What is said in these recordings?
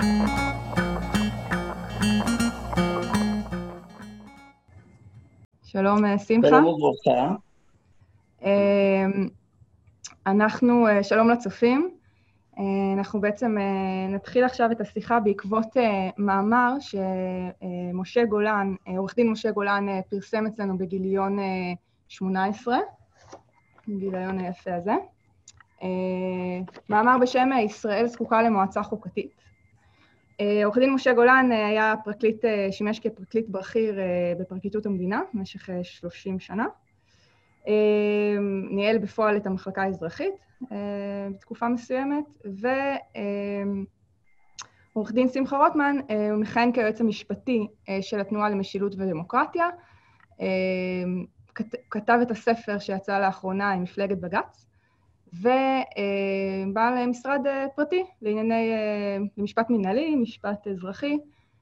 שלום שמחה. שלום וברכה. שלום לצופים. אנחנו בעצם נתחיל עכשיו את השיחה בעקבות מאמר שמשה גולן, עורך דין משה גולן פרסם אצלנו בגיליון 18, גיליון היפה הזה. מאמר בשם ישראל זקוקה למועצה חוקתית. עורך דין משה גולן היה שימש כפרקליט בכיר בפרקליטות המדינה במשך 30 שנה. ניהל בפועל את המחלקה האזרחית בתקופה מסוימת, ועורך דין שמחה רוטמן הוא מכהן כיועץ המשפטי של התנועה למשילות ודמוקרטיה, כתב את הספר שיצא לאחרונה עם מפלגת בג"ץ, ובעל משרד פרטי לענייני משפט מנהלי, משפט אזרחי.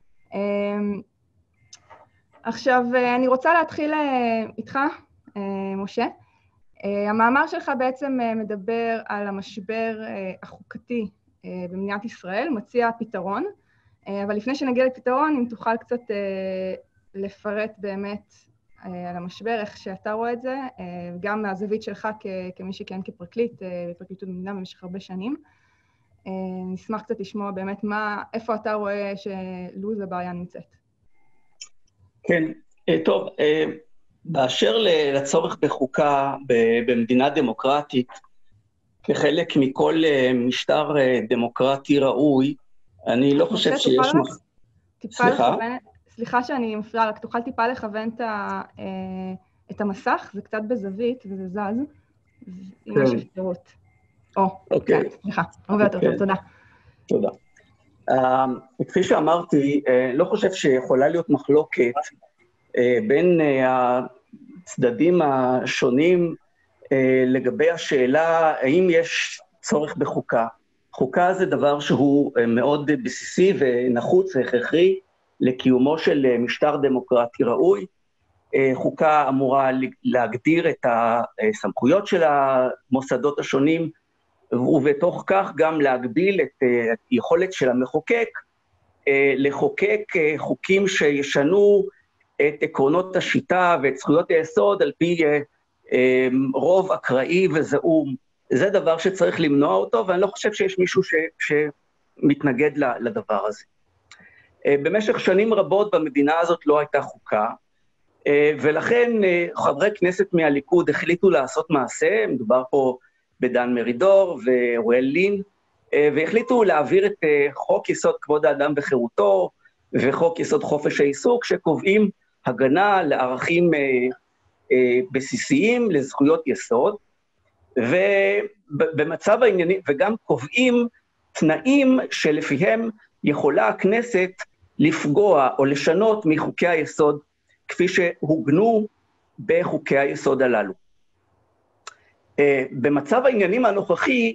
עכשיו, אני רוצה להתחיל איתך, משה. המאמר שלך בעצם מדבר על המשבר החוקתי במדינת ישראל, מציע פתרון, אבל לפני שנגיע לפתרון, אם תוכל קצת לפרט באמת על המשבר, איך שאתה רואה את זה, גם מהזווית שלך כמי שכיהן כפרקליט בפרקליטות המדינה במשך הרבה שנים. נשמח קצת לשמוע באמת איפה אתה רואה שלוז הבעיה נמצאת. כן, טוב, באשר לצורך בחוקה במדינה דמוקרטית, כחלק מכל משטר דמוקרטי ראוי, אני לא חושב שיש... סליחה שאני מפריעה, רק תוכל טיפה לכוון את המסך, זה קצת בזווית וזה זז, אם יש אפשרות. אוקיי. סליחה, הרבה יותר טוב, תודה. תודה. כפי שאמרתי, לא חושב שיכולה להיות מחלוקת בין הצדדים השונים לגבי השאלה האם יש צורך בחוקה. חוקה זה דבר שהוא מאוד בסיסי ונחוץ והכרחי לקיומו של משטר דמוקרטי ראוי. חוקה אמורה להגדיר את הסמכויות של המוסדות השונים, ובתוך כך גם להגביל את היכולת של המחוקק לחוקק חוקים שישנו את עקרונות השיטה ואת זכויות היסוד על פי רוב אקראי וזעום. זה דבר שצריך למנוע אותו, ואני לא חושב שיש מישהו שמתנגד לדבר הזה. במשך שנים רבות במדינה הזאת לא הייתה חוקה, ולכן חברי כנסת מהליכוד החליטו לעשות מעשה, מדובר פה בדן מרידור ואוריאל לין, והחליטו להעביר את חוק יסוד כבוד האדם וחירותו, וחוק יסוד חופש העיסוק, שקובעים הגנה לערכים בסיסיים, לזכויות יסוד, ובמצב הענייני, וגם קובעים תנאים שלפיהם יכולה הכנסת לפגוע או לשנות מחוקי היסוד, כפי שהוגנו בחוקי היסוד הללו. במצב העניינים הנוכחי,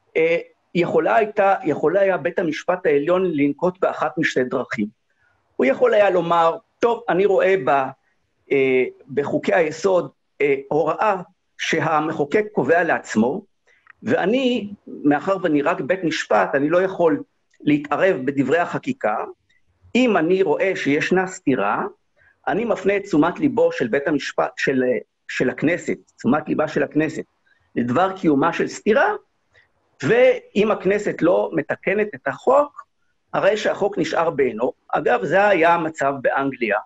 יכול היה בית המשפט העליון לנקוט באחת משתי דרכים. הוא יכול היה לומר, טוב, אני רואה בחוקי היסוד הוראה שהמחוקק קובע לעצמו, ואני, מאחר ואני רק בית משפט, אני לא יכול להתערב בדברי החקיקה. אם אני רואה שישנה סתירה, אני מפנה את תשומת ליבו של בית המשפט, של הכנסת, תשומת ליבה של הכנסת, לדבר קיומה של סתירה, ואם הכנסת לא מתקנת את החוק, הרי שהחוק נשאר בעינו. אגב, זה היה המצב באנגליה,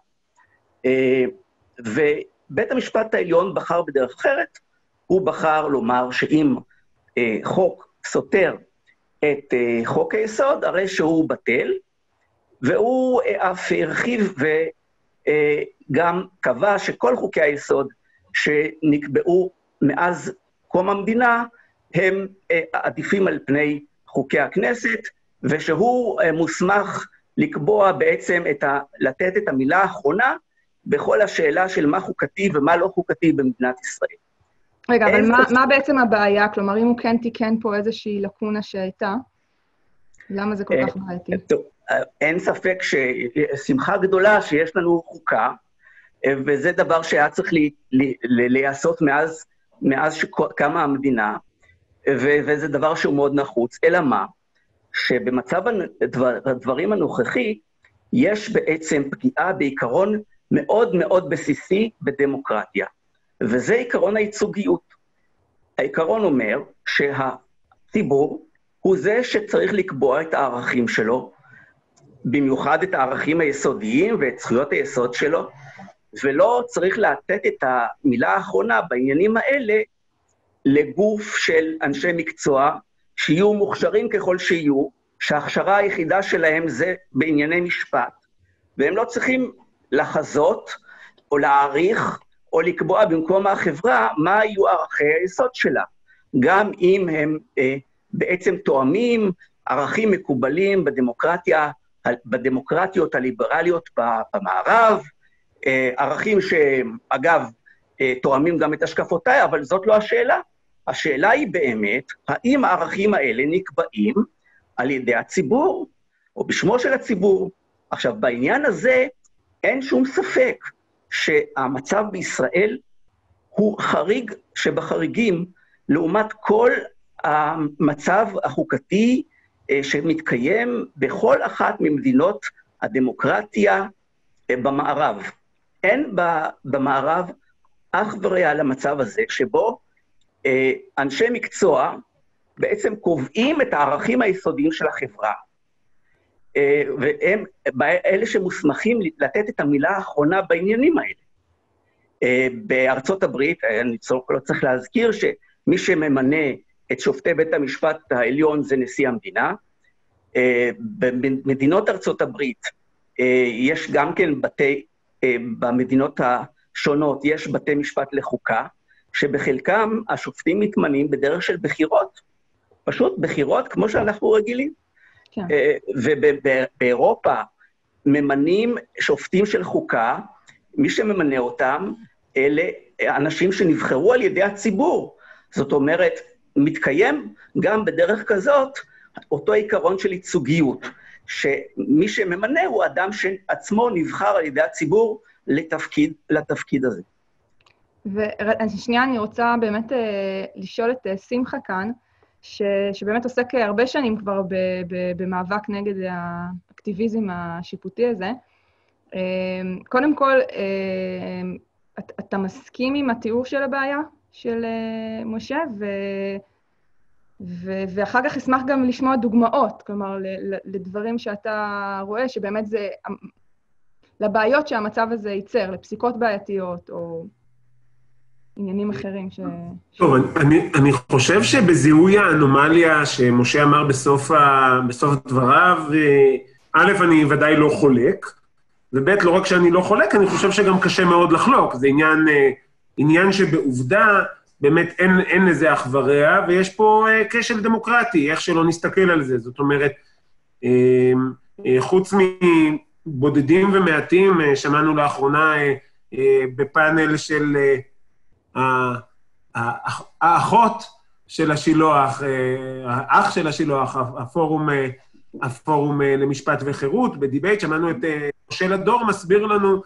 ובית המשפט העליון בחר בדרך אחרת, הוא בחר לומר שאם חוק סותר את חוק היסוד, הרי שהוא בטל, והוא אף הרחיב וגם קבע שכל חוקי היסוד שנקבעו מאז קום המדינה, הם עדיפים על פני חוקי הכנסת, ושהוא מוסמך לקבוע בעצם לתת את המילה האחרונה, בכל השאלה של מה חוקתי ומה לא חוקתי במדינת ישראל. רגע, אבל מה בעצם הבעיה? כלומר, אם הוא כן תיקן פה איזושהי לקונה שהייתה, למה זה כל כך בעייתי? אין ספק ששמחה גדולה שיש לנו חוקה, וזה דבר שהיה צריך להיעשות מאז שקמה המדינה, וזה דבר שהוא מאוד נחוץ. אלא מה? שבמצב הדברים הנוכחי, יש בעצם פגיעה בעיקרון מאוד מאוד בסיסי בדמוקרטיה, וזה עיקרון הייצוגיות. העיקרון אומר שהציבור הוא זה שצריך לקבוע את הערכים שלו, במיוחד את הערכים היסודיים ואת זכויות היסוד שלו, ולא צריך לתת את המילה האחרונה בעניינים האלה לגוף של אנשי מקצוע, שיהיו מוכשרים ככל שיהיו, שההכשרה היחידה שלהם זה בענייני משפט, והם לא צריכים לחזות או להעריך או לקבוע במקום החברה מה יהיו ערכי היסוד שלה, גם אם הם בעצם תואמים ערכים מקובלים בדמוקרטיות הליברליות במערב, ערכים שאגב תואמים גם את השקפותיי, אבל זאת לא השאלה. השאלה היא באמת, האם הערכים האלה נקבעים על ידי הציבור, או בשמו של הציבור. עכשיו, בעניין הזה אין שום ספק שהמצב בישראל הוא חריג שבחריגים, לעומת כל המצב החוקתי שמתקיים בכל אחת ממדינות הדמוקרטיה במערב. אין במערב אך ורע למצב הזה, שבו אנשי מקצוע בעצם קובעים את הערכים היסודיים של החברה, והם אלה שמוסמכים לתת את המילה האחרונה בעניינים האלה. בארצות הברית, אני לא צריך להזכיר שמי שממנה את שופטי בית המשפט העליון זה נשיא המדינה. במדינות ארצות הברית יש גם כן במדינות השונות יש בתי משפט לחוקה, שבחלקם השופטים מתמנים בדרך של בחירות, פשוט בחירות כמו שאנחנו רגילים. כן. ובאירופה ממנים שופטים של חוקה, מי שממנה אותם אלה אנשים שנבחרו על ידי הציבור. זאת אומרת, מתקיים גם בדרך כזאת אותו עיקרון של ייצוגיות, שמי שממנה הוא אדם שעצמו נבחר על ידי הציבור לתפקיד הזה. ושנייה, אני רוצה באמת לשאול את שמחה כאן, שבאמת עוסק הרבה שנים כבר במאבק נגד האקטיביזם השיפוטי הזה. קודם כל, אתה מסכים עם התיאור של הבעיה של משה, ואחר כך אשמח גם לשמוע דוגמאות, כלומר, לדברים שאתה רואה, שבאמת זה לבעיות שהמצב הזה ייצר, לפסיקות בעייתיות, או עניינים אחרים טוב, אני חושב שבזיהוי האנומליה שמשה אמר בסוף דבריו, א', אני ודאי לא חולק, וב', לא רק שאני לא חולק, אני חושב שגם קשה מאוד לחלוק. זה עניין שבעובדה באמת אין לזה אח ורע, ויש פה כשל דמוקרטי, איך שלא נסתכל על זה. זאת אומרת, חוץ מבודדים ומעטים, שמענו לאחרונה בפאנל של האחות של השילוח, האח של השילוח, הפורום למשפט וחירות, בדיבייט, שמענו את משה לדור מסביר לנו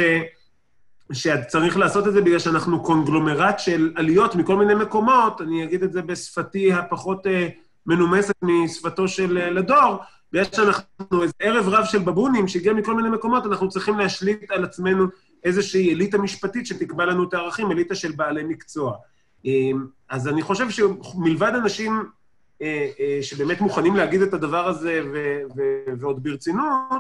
שצריך לעשות את זה בגלל שאנחנו קונגלומרט של עליות מכל מיני מקומות, אני אגיד את זה בשפתי הפחות מנומסת משפתו של לדור, ויש שאנחנו איזה ערב רב של בבונים שהגיע מכל מיני מקומות, אנחנו צריכים להשליט על עצמנו איזושהי אליטה משפטית שתקבע לנו את הערכים, אליטה של בעלי מקצוע. אז אני חושב שמלבד אנשים שבאמת מוכנים להגיד את הדבר הזה ועוד ברצינות,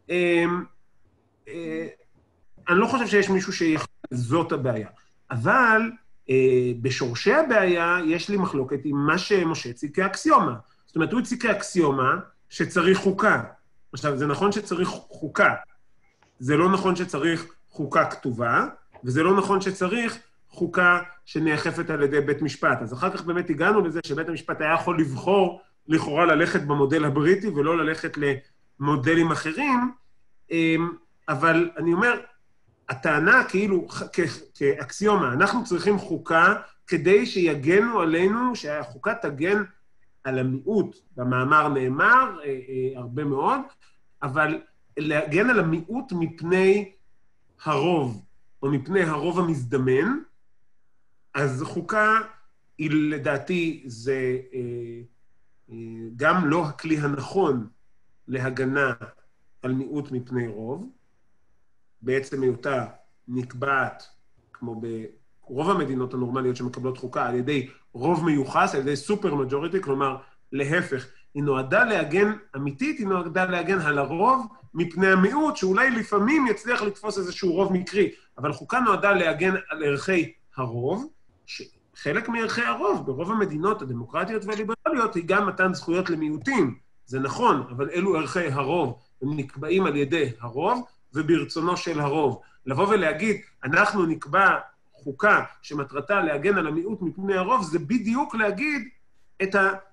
אני לא חושב שיש מישהו זאת הבעיה. אבל בשורשי הבעיה יש לי מחלוקת עם מה שמשה הציג כאקסיומה. זאת אומרת, הוא הציג כאקסיומה שצריך חוקה. עכשיו, זה נכון שצריך חוקה. זה לא נכון שצריך חוקה כתובה, וזה לא נכון שצריך חוקה שנאכפת על ידי בית משפט. אז אחר כך באמת הגענו לזה שבית המשפט היה יכול לבחור לכאורה ללכת במודל הבריטי ולא ללכת למודלים אחרים, אבל אני אומר, הטענה כאילו כאקסיומה, אנחנו צריכים חוקה כדי שיגנו עלינו, שהחוקה תגן על המיעוט. במאמר נאמר הרבה מאוד, אבל להגן על המיעוט מפני הרוב, או מפני הרוב המזדמן, אז חוקה היא לדעתי זה גם לא הכלי הנכון להגנה על מיעוט מפני רוב, בעצם היותה נקבעת, כמו ברוב המדינות הנורמליות שמקבלות חוקה, על ידי רוב מיוחס, על ידי סופר מג'וריטי, כלומר, להפך, היא נועדה להגן, אמיתית, היא נועדה להגן על הרוב מפני המיעוט, שאולי לפעמים יצליח לתפוס איזשהו רוב מקרי, אבל חוקה נועדה להגן על ערכי הרוב, שחלק מערכי הרוב, ברוב המדינות הדמוקרטיות והליברליות, היא גם מתן זכויות למיעוטים. זה נכון, אבל אלו ערכי הרוב, הם נקבעים על ידי הרוב, וברצונו של הרוב. לבוא ולהגיד, אנחנו נקבע חוקה שמטרתה להגן על המיעוט מפני הרוב, זה בדיוק להגיד את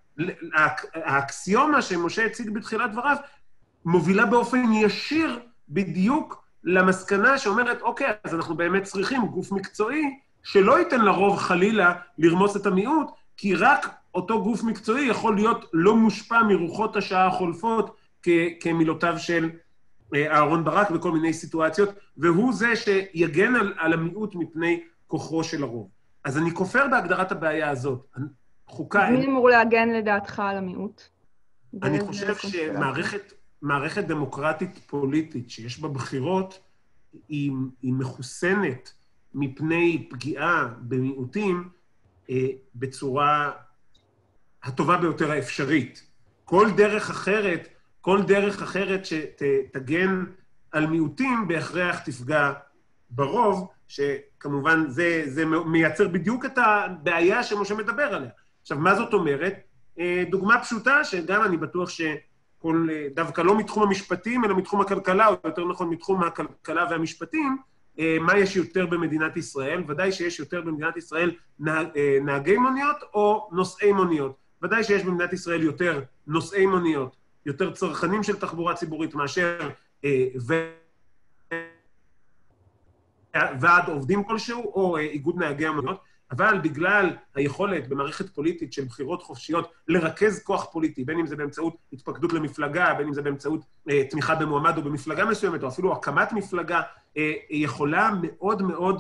האקסיומה שמשה הציג בתחילת דבריו, מובילה באופן ישיר בדיוק למסקנה שאומרת, אוקיי, אז אנחנו באמת צריכים גוף מקצועי שלא ייתן לרוב חלילה לרמוס את המיעוט, כי רק אותו גוף מקצועי יכול להיות לא מושפע מרוחות השעה החולפות כמילותיו של אהרון ברק בכל מיני סיטואציות, והוא זה שיגן על המיעוט מפני כוחו של הרוב. אז אני כופר בהגדרת הבעיה הזאת. חוקה... מי אמור להגן לדעתך על המיעוט? אני חושב שמערכת דמוקרטית פוליטית שיש בה בחירות, היא מחוסנת מפני פגיעה במיעוטים בצורה הטובה ביותר האפשרית. כל דרך אחרת שתגן על מיעוטים בהכרח תפגע ברוב, שכמובן זה מייצר בדיוק את הבעיה שמשה מדבר עליה. עכשיו, מה זאת אומרת? דוגמה פשוטה, שגם אני בטוח דווקא לא מתחום המשפטים, אלא מתחום הכלכלה, או יותר נכון מתחום הכלכלה והמשפטים, מה יש יותר במדינת ישראל? ודאי שיש יותר במדינת ישראל נהגי מוניות או נוסעי מוניות. ודאי שיש במדינת ישראל יותר נוסעי מוניות, יותר צרכנים של תחבורה ציבורית מאשר ועד עובדים כלשהו או איגוד נהגי המוניות, אבל בגלל היכולת במערכת פוליטית של בחירות חופשיות לרכז כוח פוליטי, בין אם זה באמצעות התפקדות למפלגה, בין אם זה באמצעות תמיכה במועמד או במפלגה מסוימת, או אפילו הקמת מפלגה, יכולה מאוד מאוד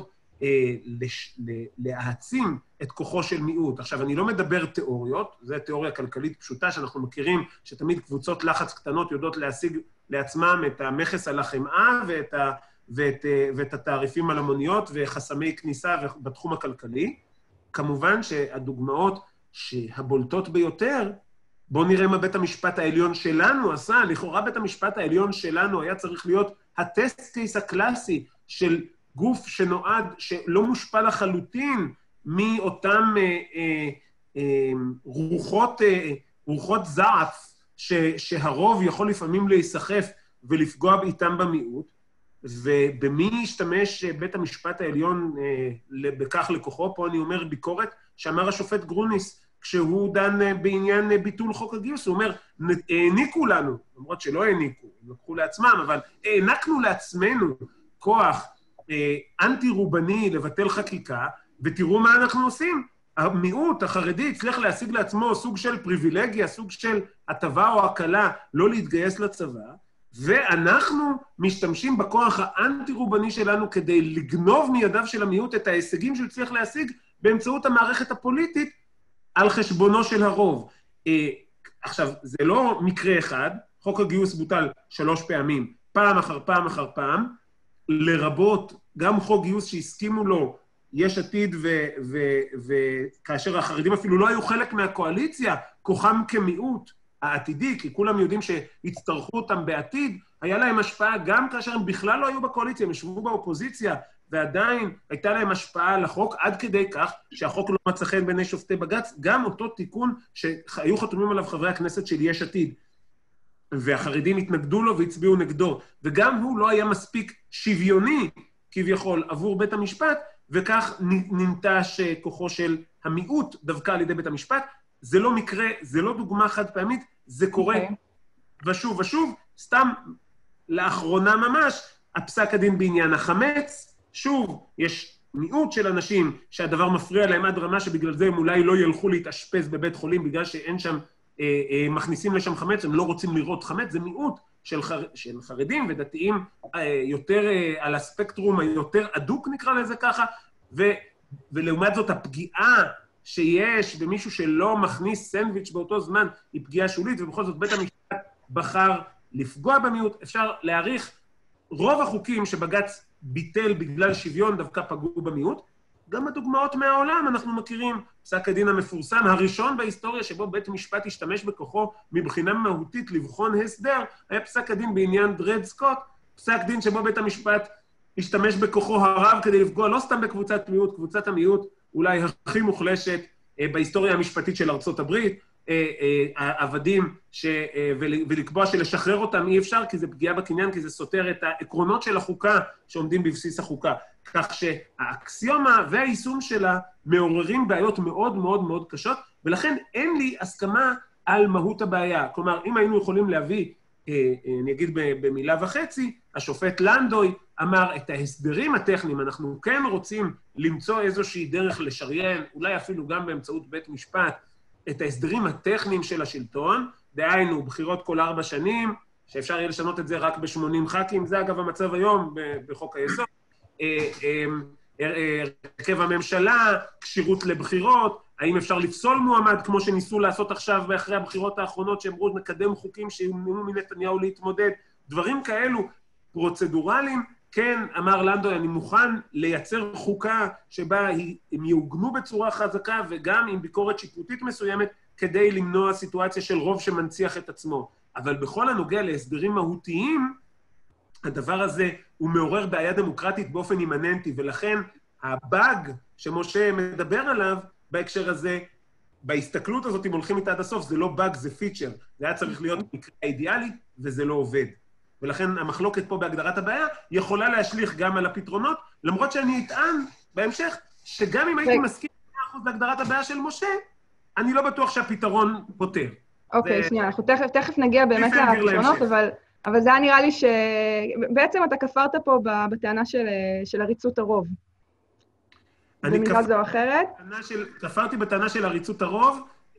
להעצים את כוחו של מיעוט. עכשיו, אני לא מדבר תיאוריות, זו תיאוריה כלכלית פשוטה שאנחנו מכירים, שתמיד קבוצות לחץ קטנות יודעות להשיג לעצמם את המכס על החמאה ואת התעריפים על המוניות וחסמי כניסה בתחום הכלכלי. כמובן שהדוגמאות שהבולטות ביותר, בואו נראה מה בית המשפט העליון שלנו עשה. לכאורה בית המשפט העליון שלנו היה צריך להיות הטסט קייס הקלאסי של גוף שנועד, שלא מושפע לחלוטין מאותם רוחות זעף שהרוב יכול לפעמים להיסחף ולפגוע איתם במיעוט, ובמי ישתמש בית המשפט העליון בכך לכוחו? פה אני אומר ביקורת שאמר השופט גרוניס, כשהוא דן בעניין ביטול חוק הגיוס, הוא אומר, העניקו לנו, למרות שלא העניקו, הם לקחו לעצמם, אבל הענקנו לעצמנו כוח אנטי-רובני לבטל חקיקה, ותראו מה אנחנו עושים. המיעוט החרדי הצליח להשיג לעצמו סוג של פריבילגיה, סוג של הטבה או הקלה לא להתגייס לצבא, ואנחנו משתמשים בכוח האנטי-רובני שלנו כדי לגנוב מידיו של המיעוט את ההישגים שהוא הצליח להשיג באמצעות המערכת הפוליטית על חשבונו של הרוב. עכשיו, זה לא מקרה אחד, חוק הגיוס בוטל 3 פעמים, פעם אחר פעם אחר פעם, לרבות גם חוק גיוס שהסכימו לו יש עתיד וכאשר החרדים אפילו לא היו חלק מהקואליציה, כוחם כמיעוט העתידי, כי כולם יודעים שהצטרכו אותם בעתיד, היה להם השפעה גם כאשר הם בכלל לא היו בקואליציה, הם ישבו באופוזיציה, ועדיין הייתה להם השפעה על החוק, עד כדי כך שהחוק לא מצא חן בעיני שופטי בג"ץ, גם אותו תיקון שהיו חתומים עליו חברי הכנסת של יש עתיד, והחרדים התנגדו לו והצביעו נגדו, וגם הוא לא היה מספיק שוויוני, כביכול, עבור בית המשפט, וכך ננטש כוחו של המיעוט דווקא על ידי בית המשפט. זה לא מקרה, זה לא דוגמה חד פעמית, זה קורה ושוב ושוב. סתם לאחרונה ממש, הפסק הדין בעניין החמץ, שוב, יש מיעוט של אנשים שהדבר מפריע להם עד רמה שבגלל זה הם אולי לא ילכו להתאשפז בבית חולים, בגלל שאין שם, מכניסים לשם חמץ, הם לא רוצים לראות חמץ, זה מיעוט של חרדים ודתיים יותר על הספקטרום היותר אדוק, נקרא לזה ככה, ולעומת זאת הפגיעה שיש במישהו שלא מכניס סנדוויץ' באותו זמן היא פגיעה שולית, ובכל זאת בית המשפט בחר לפגוע במיעוט. אפשר להעריך רוב החוקים שבג"ץ ביטל בגלל שוויון דווקא פגעו במיעוט. גם הדוגמאות מהעולם אנחנו מכירים, פסק הדין המפורסם, הראשון בהיסטוריה שבו בית משפט השתמש בכוחו מבחינה מהותית לבחון הסדר, היה פסק הדין בעניין דרד סקוט, פסק דין שבו בית המשפט השתמש בכוחו הרב כדי לפגוע לא סתם בקבוצת מיעוט, קבוצת המיעוט אולי הכי מוחלשת בהיסטוריה המשפטית של ארצות הברית, העבדים, ולקבוע שלשחרר אותם אי אפשר, כי זה פגיעה בקניין, כי זה סותר את העקרונות של החוקה שעומדים בבסיס החוקה. כך שהאקסיומה והיישום שלה מעוררים בעיות מאוד מאוד מאוד קשות, ולכן אין לי הסכמה על מהות הבעיה. כלומר, אם היינו יכולים להביא, אני אגיד במילה וחצי, השופט לנדוי אמר את ההסדרים הטכניים, אנחנו כן רוצים למצוא איזושהי דרך לשריין, אולי אפילו גם באמצעות בית משפט, את ההסדרים הטכניים של השלטון, דהיינו בחירות כל 4 שנים, שאפשר יהיה לשנות את זה רק ב-80 ח"כים, זה אגב המצב היום בחוק היסוד, הרכב הממשלה, כשירות לבחירות, האם אפשר לפסול מועמד, כמו שניסו לעשות עכשיו באחרי הבחירות האחרונות, שאמרו נקדם חוקים שימנעו מנתניהו להתמודד, דברים כאלו פרוצדורליים, כן, אמר לנדוי, אני מוכן לייצר חוקה שבה הם יעוגנו בצורה חזקה, וגם עם ביקורת שיפוטית מסוימת, כדי למנוע סיטואציה של רוב שמנציח את עצמו. אבל בכל הנוגע להסדרים מהותיים, הדבר הזה הוא מעורר בעיה דמוקרטית באופן אימננטי, ולכן הבאג שמשה מדבר עליו בהקשר הזה, בהסתכלות הזאת, אם הולכים איתה עד הסוף, זה לא באג, זה פיצ'ר. זה היה צריך להיות מקרה אידיאלי, וזה לא עובד. ולכן המחלוקת פה בהגדרת הבעיה יכולה להשליך גם על הפתרונות, למרות שאני אטען בהמשך, שגם אם הייתי מסכים 100% בהגדרת הבעיה של משה, אני לא בטוח שהפתרון פותר. אוקיי, שנייה, אנחנו תכף נגיע באמת לפתרונות, אבל זה היה נראה לי שבעצם אתה כפרת פה בטענה של עריצות הרוב. במילה זו או אחרת? כפרתי בטענה של עריצות הרוב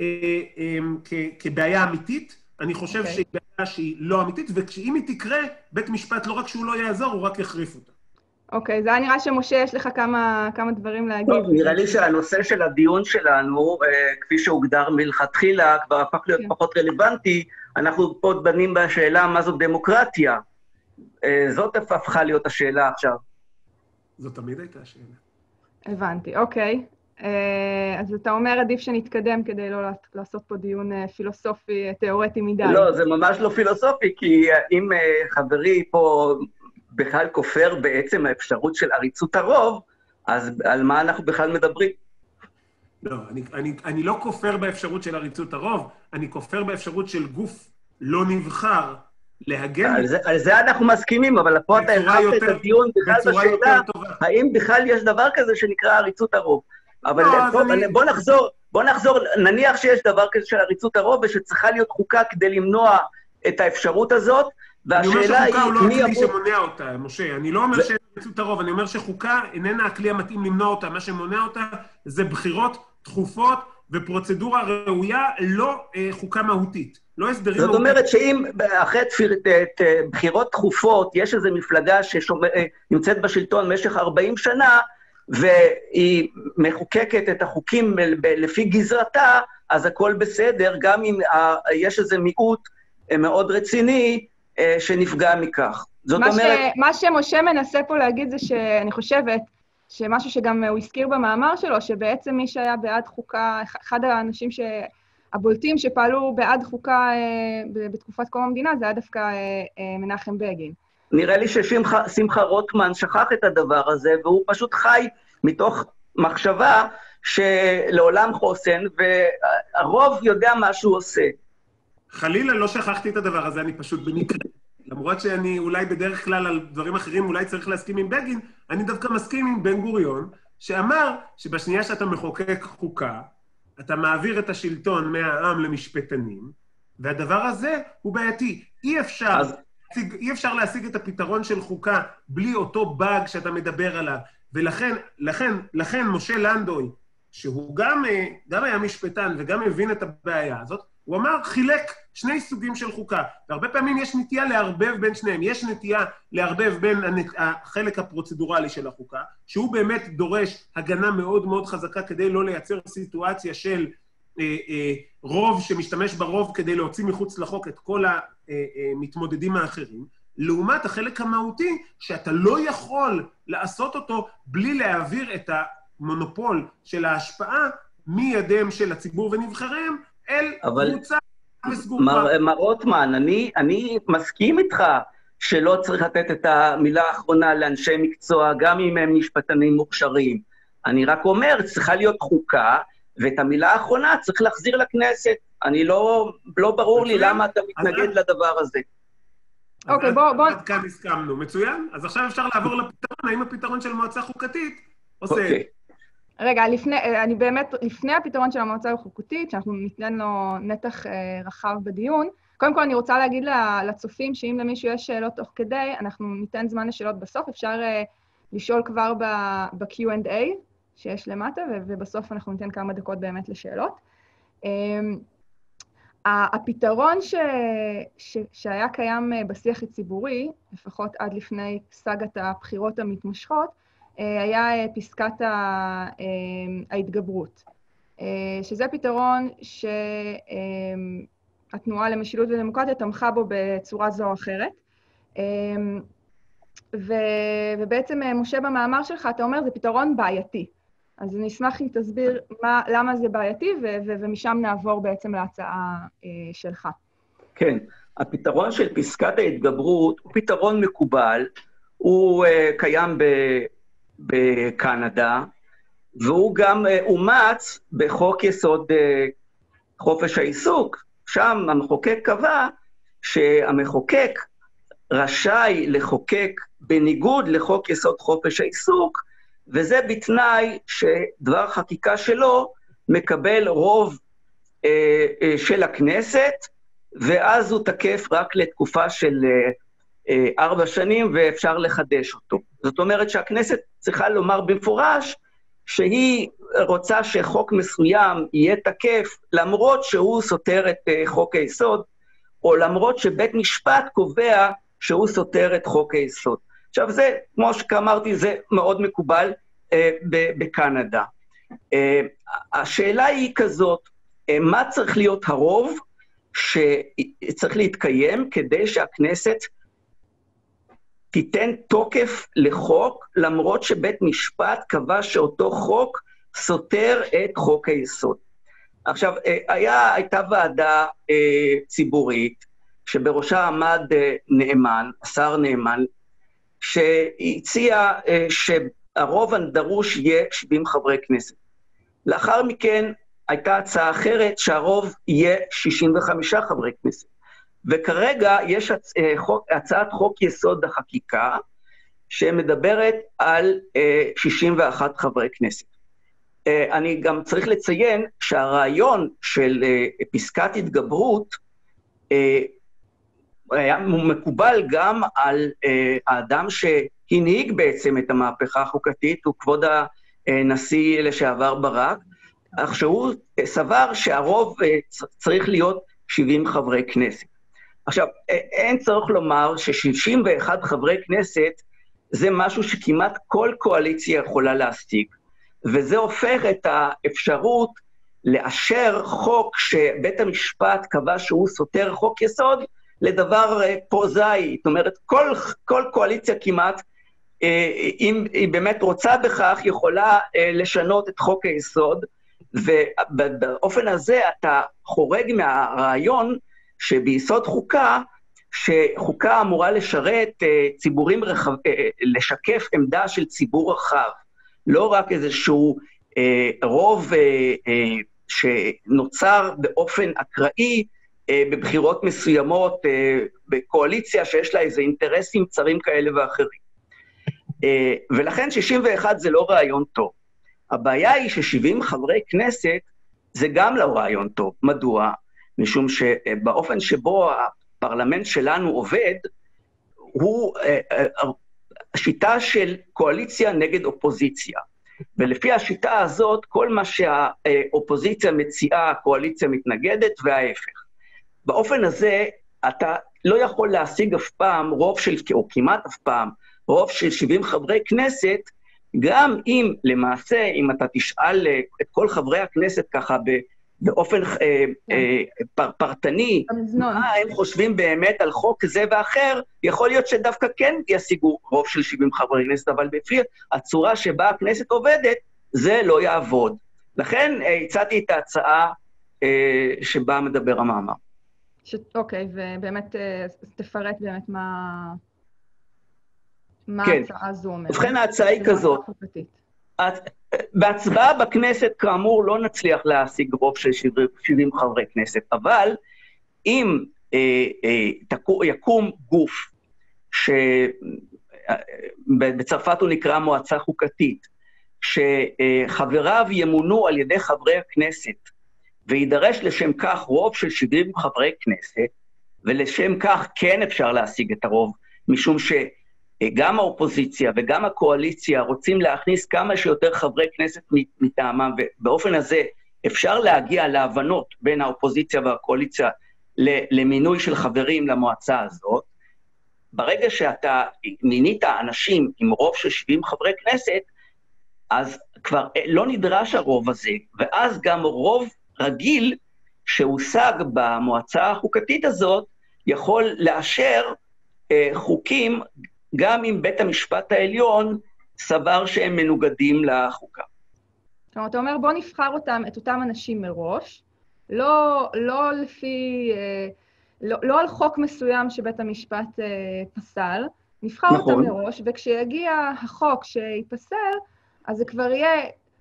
כבעיה אמיתית, אני חושב שהיא בעיה שהיא לא אמיתית, וכשאם היא תקרה, בית משפט לא רק שהוא לא יעזור, הוא רק יחריף אותה. אוקיי, זה היה נראה שמשה, יש לך כמה דברים להגיד. טוב, נראה לי שהנושא של הדיון שלנו, כפי שהוגדר מלכתחילה, כבר הפך להיות פחות רלוונטי, אנחנו פה דנים בשאלה מה זאת דמוקרטיה. זאת הפכה להיות השאלה עכשיו. זאת תמיד הייתה השאלה. הבנתי, אוקיי. אז אתה אומר, עדיף שנתקדם כדי לא לעשות פה דיון פילוסופי, תיאורטי מדי. לא, זה ממש לא פילוסופי, כי אם חברי פה בכלל כופר בעצם האפשרות של עריצות הרוב, אז על מה אנחנו בכלל מדברים? לא, אני לא כופר באפשרות של עריצות הרוב, אני כופר באפשרות של גוף לא נבחר להגן... על זה אנחנו מסכימים, אבל פה אתה הרחבת את הדיון בכלל בשאלה, האם בכלל יש דבר כזה שנקרא עריצות הרוב. אבל בוא נחזור, נניח שיש דבר כזה של עריצות הרוב, ושצריכה להיות חוקה כדי למנוע את האפשרות הזאת, והשאלה היא... אני אומר שחוקה הוא לא הכלי שמונע אותה, משה. אני לא אומר שאין עריצות הרוב, אני אומר שחוקה איננה הכלי המתאים למנוע אותה. מה שמונע אותה זה בחירות תכופות ופרוצדורה ראויה, לא חוקה מהותית. לא הסדרים זאת אומרת שאם אחרי בחירות תכופות, יש איזו מפלגה שנמצאת בשלטון במשך 40 שנה, והיא מחוקקת את החוקים לפי גזרתה, אז הכל בסדר, גם אם יש איזה מיעוט מאוד רציני שנפגע מכך. זאת אומרת... מה שמשה מנסה פה להגיד זה שאני חושבת שמשהו שגם הוא הזכיר במאמר שלו, שבעצם מי שהיה בעד חוקה, אחד האנשים הבולטים שפעלו בעד חוקה בתקופת קום המדינה, זה היה דווקא מנחם בגין. נראה לי ששמחה רוטמן שכח את הדבר הזה, והוא פשוט חי מתוך מחשבה שלעולם חוסן, והרוב יודע מה שהוא עושה. חלילה לא שכחתי את הדבר הזה, אני פשוט במקרה. למרות שאני אולי בדרך כלל על דברים אחרים אולי צריך להסכים עם בגין, אני דווקא מסכים עם בן גוריון, שאמר שבשנייה שאתה מחוקק חוקה, אתה מעביר את השלטון מהעם למשפטנים, והדבר הזה הוא בעייתי. אי אפשר להשיג את הפתרון של חוקה בלי אותו באג שאתה מדבר עליו. ולכן משה לנדוי, שהוא גם היה משפטן וגם הבין את הבעיה הזאת, הוא אמר, שני סוגים של חוקה, והרבה פעמים יש נטייה לערבב בין שניהם. יש נטייה לערבב בין החלק הפרוצדורלי של החוקה, שהוא באמת דורש הגנה מאוד מאוד חזקה כדי לא לייצר סיטואציה של רוב שמשתמש ברוב כדי להוציא מחוץ לחוק את כל המתמודדים האחרים, לעומת החלק המהותי שאתה לא יכול לעשות אותו בלי להעביר את המונופול של ההשפעה מידיהם של הציבור ונבחריהם אל קבוצה וסגורה. מר רוטמן, אני מסכים איתך שלא צריך לתת את המילה האחרונה לאנשי מקצוע, גם אם הם משפטנים מוכשרים. אני רק אומר, צריכה להיות חוקה, ואת המילה האחרונה צריך להחזיר לכנסת. אני לא ברור לי למה אתה מתנגד לדבר הזה. אוקיי, בוא. עד כאן הסכמנו. מצוין? אז עכשיו אפשר לעבור לפתרון, האם הפתרון של מועצה חוקתית עושה? רגע, לפני הפתרון של המועצה החוקתית, שאנחנו ניתן לו נתח רחב בדיון, קודם כל אני רוצה להגיד לצופים שאם למישהו יש שאלות תוך כדי, אנחנו ניתן זמן לשאלות בסוף, אפשר לשאול כבר ב-Q&A שיש למטה, ובסוף אנחנו ניתן כמה דקות באמת לשאלות. הפתרון שהיה קיים בשיח הציבורי, לפחות עד לפני סגת הבחירות המתמשכות, היה פסקת ההתגברות, שזה פתרון שהתנועה למשילות ודמוקרטיה תמכה בו בצורה זו או אחרת. ובעצם, משה, במאמר שלך, אתה אומר, זה פתרון בעייתי. אז אני אשמח אם תסביר למה זה בעייתי, ומשם נעבור בעצם להצעה שלך. כן, הפתרון של פסקת ההתגברות הוא פתרון מקובל, הוא קיים בקנדה, והוא גם אומץ בחוק יסוד חופש העיסוק. שם המחוקק קבע שהמחוקק רשאי לחוקק בניגוד לחוק יסוד חופש העיסוק, וזה בתנאי שדבר חקיקה שלו מקבל רוב של הכנסת, ואז הוא תקף רק לתקופה של 4 שנים, ואפשר לחדש אותו. זאת אומרת שהכנסת צריכה לומר במפורש שהיא רוצה שחוק מסוים יהיה תקף, למרות שהוא סותר את חוק היסוד, או למרות שבית משפט קובע שהוא סותר את חוק היסוד. עכשיו זה, כמו שאמרתי, זה מאוד מקובל בקנדה. השאלה היא כזאת, מה צריך להיות הרוב שצריך להתקיים כדי שהכנסת תיתן תוקף לחוק, למרות שבית משפט קבע שאותו חוק סותר את חוק היסוד. עכשיו, הייתה ועדה ציבורית, שבראשה עמד נאמן, השר נאמן, שהציע שהרוב הדרוש יהיה 70 חברי כנסת. לאחר מכן הייתה הצעה אחרת שהרוב יהיה 65 חברי כנסת. וכרגע יש הצעת חוק יסוד החקיקה, שמדברת על 61 חברי כנסת. אני גם צריך לציין שהרעיון של פסקת התגברות, היה מקובל גם על האדם שהנהיג בעצם את המהפכה החוקתית, הוא כבוד הנשיא לשעבר ברק, אך שהוא סבר שהרוב צריך להיות 70 חברי כנסת. עכשיו, אין צורך לומר ש61 חברי כנסת זה משהו שכמעט כל קואליציה יכולה להשיג, וזה הופך את האפשרות לאשר חוק שבית המשפט קבע שהוא סותר חוק יסוד, לדבר פרוזאי. זאת אומרת, כל קואליציה כמעט, אם היא באמת רוצה בכך, יכולה לשנות את חוק היסוד, ובאופן הזה אתה חורג מהרעיון שביסוד חוקה, שחוקה אמורה לשרת ציבורים לשקף עמדה של ציבור רחב, לא רק איזשהו רוב שנוצר באופן אקראי, בבחירות מסוימות, בקואליציה שיש לה איזה אינטרסים צרים כאלה ואחרים. ולכן 61 זה לא רעיון טוב. הבעיה היא ש70 חברי כנסת זה גם לא רעיון טוב. מדוע? משום שבאופן שבו הפרלמנט שלנו עובד, הוא השיטה של קואליציה נגד אופוזיציה. ולפי השיטה הזאת, כל מה שהאופוזיציה מציעה, הקואליציה מתנגדת וההפך. באופן הזה אתה לא יכול להשיג אף פעם רוב של, או כמעט אף פעם, רוב של 70 חברי כנסת, גם אם למעשה, אם אתה תשאל את כל חברי הכנסת ככה באופן פרטני, מה הם חושבים באמת על חוק זה ואחר, יכול להיות שדווקא כן ישיגו רוב של 70 חברי כנסת, אבל בפי הצורה שבה הכנסת עובדת, זה לא יעבוד. לכן הצעתי את ההצעה שבה מדבר המאמר. אוקיי, ובאמת תפרט באמת מה ההצעה הזו אומרת. ובכן ההצעה היא כזאת. בהצבעה בכנסת, כאמור, לא נצליח להשיג רוב של 70 חברי כנסת, אבל אם יקום גוף, שבצרפת הוא נקרא מועצה חוקתית, שחבריו ימונו על ידי חברי הכנסת, וידרש לשם כך רוב של 70 חברי כנסת, ולשם כך כן אפשר להשיג את הרוב, משום שגם האופוזיציה וגם הקואליציה רוצים להכניס כמה שיותר חברי כנסת מטעמם, ובאופן הזה אפשר להגיע להבנות בין האופוזיציה והקואליציה למינוי של חברים למועצה הזאת. ברגע שאתה מינית אנשים עם רוב של 70 חברי כנסת, אז כבר לא נדרש הרוב הזה, ואז גם רוב רגיל שהושג במועצה החוקתית הזאת, יכול לאשר חוקים, גם אם בית המשפט העליון סבר שהם מנוגדים לחוקה. כלומר, אתה אומר, בוא נבחר את אותם אנשים מראש, לא לפי, לא על חוק מסוים שבית המשפט פסל, נבחר אותם מראש, וכשיגיע החוק שיפסל, אז זה כבר יהיה,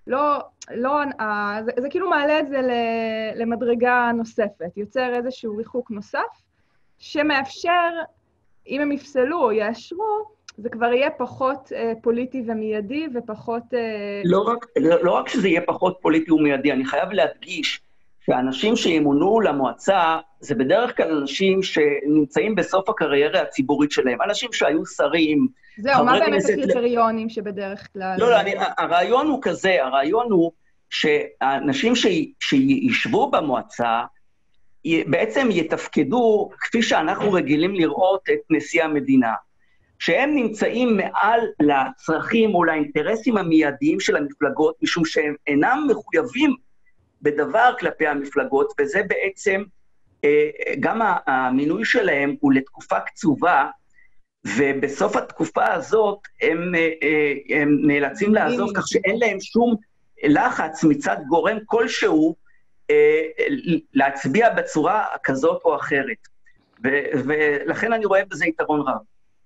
זה כאילו מעלה את זה למדרגה נוספת, יוצר איזשהו ריחוק נוסף, שמאפשר, אם הם יפסלו או יאשרו, זה כבר יהיה פחות פוליטי ומיידי ופחות... לא רק שזה יהיה פחות פוליטי ומיידי, אני חייב להדגיש שהאנשים שימונו למועצה, זה בדרך כלל אנשים שנמצאים בסוף הקריירה הציבורית שלהם, אנשים שהיו שרים... זהו, מה באמת הקריטריונים שבדרך כלל... לא, הרעיון הוא כזה, הרעיון הוא שהאנשים שישבו במועצה, בעצם יתפקדו כפי שאנחנו רגילים לראות את נשיא המדינה, שהם נמצאים מעל לצרכים או לאינטרסים המיידיים של המפלגות, משום שהם אינם מחויבים בדבר כלפי המפלגות, וזה בעצם, גם המינוי שלהם הוא לתקופה קצובה, ובסוף התקופה הזאת הם נאלצים לעזוב, כך שאין להם שום לחץ מצד גורם כלשהו, להצביע בצורה כזאת או אחרת. ולכן אני רואה בזה יתרון רב.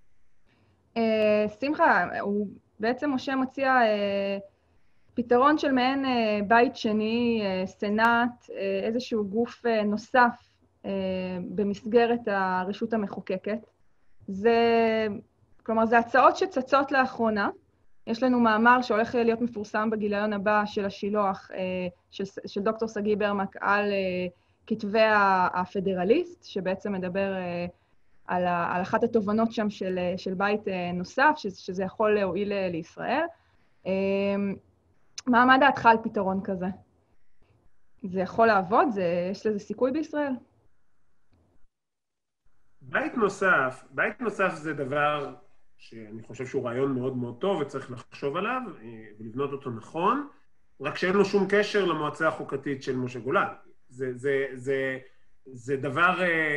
שמחה, בעצם משה מציע פתרון של מעין בית שני, סנאט, איזשהו גוף נוסף במסגרת הרשות המחוקקת. כלומר, זה הצעות שצצות לאחרונה. יש לנו מאמר שהולך להיות מפורסם בגיליון הבא של השילוח, של דוקטור סגי ברמק, על כתבי הפדרליסט, שבעצם מדבר על אחת התובנות שם של בית נוסף, שזה יכול להועיל לישראל. מה דעתך על פתרון כזה? זה יכול לעבוד? יש לזה סיכוי בישראל? בית נוסף זה דבר שאני חושב שהוא רעיון מאוד מאוד טוב וצריך לחשוב עליו ולבנות אותו נכון, רק שאין לו שום קשר למועצה החוקתית של משה גולן. זה דבר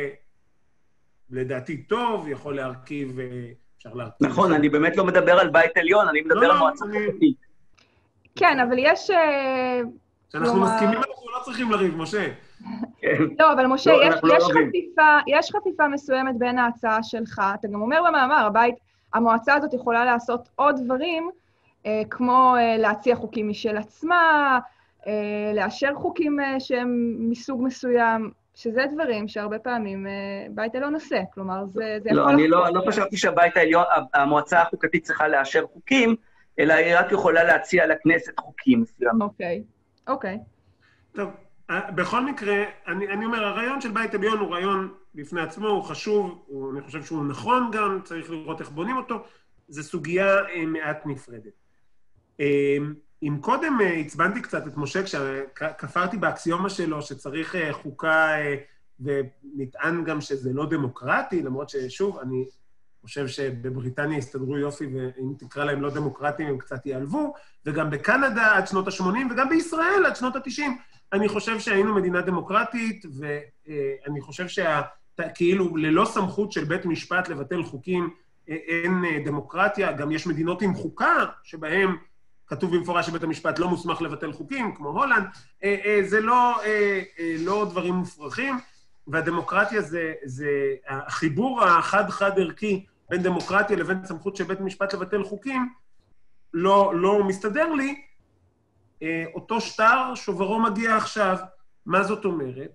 לדעתי טוב, יכול להרכיב, אפשר להרכיב. נכון, אני באמת לא מדבר על בית עליון, אני מדבר על מועצה חוקתית. כן, אבל יש... שאנחנו מסכימים, אנחנו לא צריכים לריב, משה. לא, אבל משה, יש חפיפה מסוימת בין ההצעה שלך. אתה גם אומר במאמר, המועצה הזאת יכולה לעשות עוד דברים, כמו להציע חוקים משל עצמה, לאשר חוקים שהם מסוג מסוים, שזה דברים שהרבה פעמים בית עליון עושה. כלומר, זה יכול... לא, אני לא חשבתי שהבית העליון, המועצה החוקתית צריכה לאשר חוקים, אלא היא רק יכולה להציע לכנסת חוקים מסוים. אוקיי. טוב, בכל מקרה, אני אומר, הרעיון של בית עליון הוא רעיון בפני עצמו, הוא חשוב, אני חושב שהוא נכון גם, צריך לראות איך בונים אותו, זו סוגיה מעט נפרדת. אם קודם הצבנתי קצת את משה, כשכפרתי באקסיומה שלו שצריך חוקה ונטען גם שזה לא דמוקרטי, למרות ששוב, אני חושב שבבריטניה הסתדרו יופי, ואם תקרא להם לא דמוקרטיים, הם קצת ייעלבו, וגם בקנדה עד שנות ה-80, וגם בישראל עד שנות ה-90. אני חושב שהיינו מדינה דמוקרטית, ואני חושב כאילו ללא סמכות של בית משפט לבטל חוקים, אין דמוקרטיה. גם יש מדינות עם חוקה, שבהם כתוב במפורש שבית המשפט לא מוסמך לבטל חוקים, כמו הולנד. זה לא דברים מופרכים, והדמוקרטיה זה החיבור החד-חד ערכי בין דמוקרטיה לבין סמכות של בית משפט לבטל חוקים, לא מסתדר לי. אותו שטר שוברו מגיע עכשיו. מה זאת אומרת?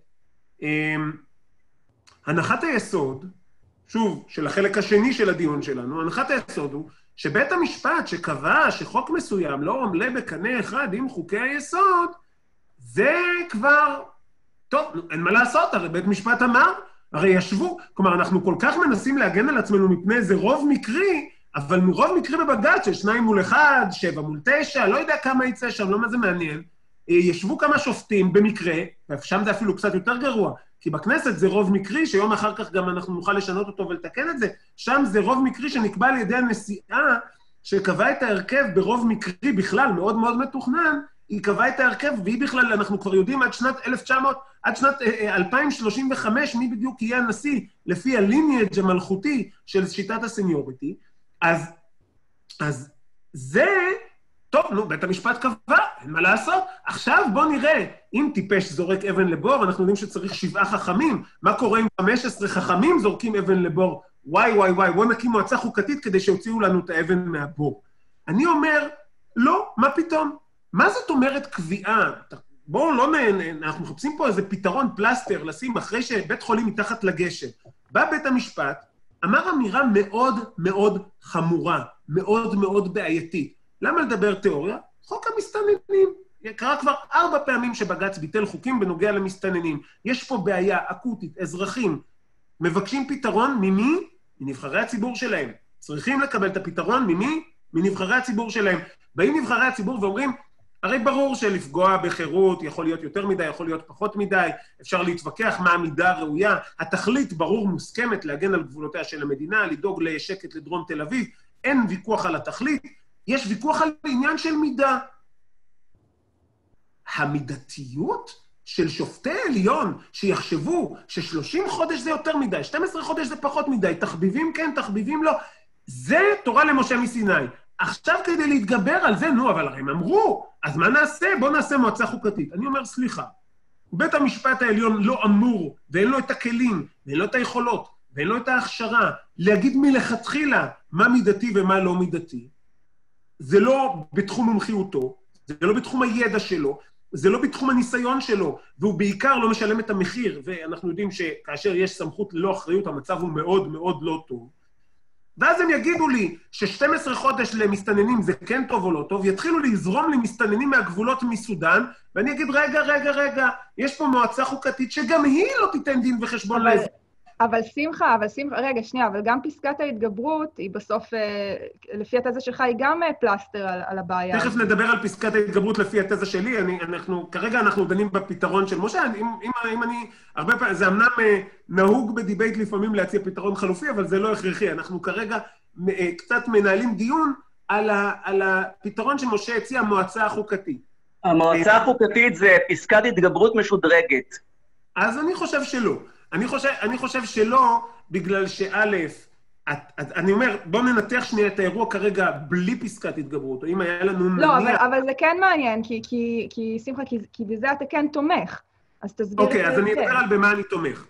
הנחת היסוד, שוב, של החלק השני של הדיון שלנו, הנחת היסוד הוא שבית המשפט שקבע שחוק מסוים לא עולה בקנה אחד עם חוקי היסוד, זה כבר, טוב, אין מה לעשות, הרי בית משפט אמר, הרי ישבו, כלומר, אנחנו כל כך מנסים להגן על עצמנו מפני איזה רוב מקרי, אבל מרוב מקרי בבג"ץ של 2 מול 1, 7 מול 9, לא יודע כמה יצא שם, לא מה זה מעניין, ישבו כמה שופטים במקרה, ושם זה אפילו קצת יותר גרוע, כי בכנסת זה רוב מקרי, שיום אחר כך גם אנחנו נוכל לשנות אותו ולתקן את זה, שם זה רוב מקרי שנקבע על ידי הנשיאה, שקבעה את ההרכב ברוב מקרי בכלל, מאוד מאוד מתוכנן, היא קבעה את ההרכב, והיא בכלל, אנחנו כבר יודעים עד שנת 2035, מי בדיוק יהיה הנשיא, לפי הליניאג' המלכותי של שיטת הסניוריטי. אז זה, טוב, נו, בית המשפט קבע, אין מה לעשות. עכשיו בוא נראה, אם טיפש זורק אבן לבור, אנחנו יודעים שצריך 7 חכמים, מה קורה אם 15 חכמים זורקים אבן לבור? וואי, בוא נקים מועצה חוקתית כדי שהוציאו לנו את האבן מהבור. אני אומר, לא, מה פתאום? מה זאת אומרת קביעה? בואו לא אנחנו מחפשים פה איזה פתרון פלסטר, לשים אחרי שבית חולים מתחת לגשר. בא בית המשפט, אמר אמירה מאוד מאוד חמורה, מאוד מאוד בעייתית. למה לדבר תיאוריה? חוק המסתננים. קרה כבר 4 פעמים שבג"ץ ביטל חוקים בנוגע למסתננים. יש פה בעיה אקוטית, אזרחים מבקשים פתרון ממי? מנבחרי הציבור שלהם. צריכים לקבל את הפתרון ממי? מנבחרי הציבור שלהם. באים נבחרי הציבור ואומרים, הרי ברור שלפגוע בחירות יכול להיות יותר מדי, יכול להיות פחות מדי, אפשר להתווכח מה המידה הראויה, התכלית ברור מוסכמת להגן על גבולותיה של המדינה, לדאוג לשקט לדרום תל אביב, אין ויכוח על התכלית, יש ויכוח על עניין של מידה. המידתיות של שופטי עליון שיחשבו ש30 חודש זה יותר מדי, 12 חודש זה פחות מדי, תחביבים כן, תחביבים לא, זה תורה למשה מסיני. עכשיו כדי להתגבר על זה, נו, אבל הרי הם אמרו, אז מה נעשה? בוא נעשה מועצה חוקתית. אני אומר, סליחה, בית המשפט העליון לא אמור, ואין לו את הכלים, ואין לו את היכולות, ואין לו את ההכשרה, להגיד מלכתחילה מה מידתי ומה לא מידתי. זה לא בתחום מומחיותו, זה לא בתחום הידע שלו, זה לא בתחום הניסיון שלו, והוא בעיקר לא משלם את המחיר, ואנחנו יודעים שכאשר יש סמכות ללא אחריות, המצב הוא מאוד מאוד לא טוב. ואז הם יגידו לי ש12 חודש למסתננים זה כן טוב או לא טוב, יתחילו לזרום לי מסתננים מהגבולות מסודן, ואני אגיד, רגע, יש פה מועצה חוקתית שגם היא לא תיתן דין וחשבון לאזרח. אבל שמחה, רגע, שנייה, אבל גם פסקת ההתגברות, היא בסוף, לפי התזה שלך, היא גם פלסטר על הבעיה. תכף נדבר על פסקת ההתגברות לפי התזה שלי, כרגע אנחנו דנים בפתרון של משה, אם אני, הרבה פעמים, זה אמנם נהוג בדיבייט לפעמים להציע פתרון חלופי, אבל זה לא הכרחי, אנחנו כרגע קצת מנהלים דיון על הפתרון שמשה הציע, המועצה החוקתית. המועצה החוקתית זה פסקת התגברות משודרגת. אז אני חושב שלא. אני חושב שלא, בגלל שא', אני אומר, בואו ננתח שנייה את האירוע כרגע בלי פסקת התגברות, או אם היה לנו לא, אבל זה כן מעניין, כי שמחה, כי בזה אתה כן תומך, אז תסביר את זה. אוקיי, אז אני אדבר על במה אני תומך.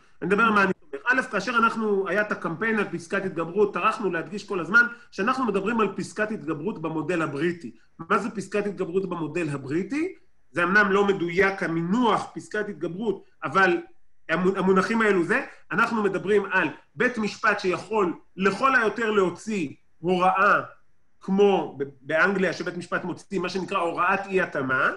א', כאשר היה את הקמפיין על פסקת התגברות, טרחנו להדגיש כל הזמן שאנחנו מדברים על פסקת התגברות במודל הבריטי. מה זה פסקת התגברות במודל הבריטי? זה אמנם לא מדויק המינוח פסקת התגברות, אבל המונחים האלו זה, אנחנו מדברים על בית משפט שיכול לכל היותר להוציא הוראה, כמו באנגליה שבית משפט מוציא מה שנקרא הוראת אי-התאמה,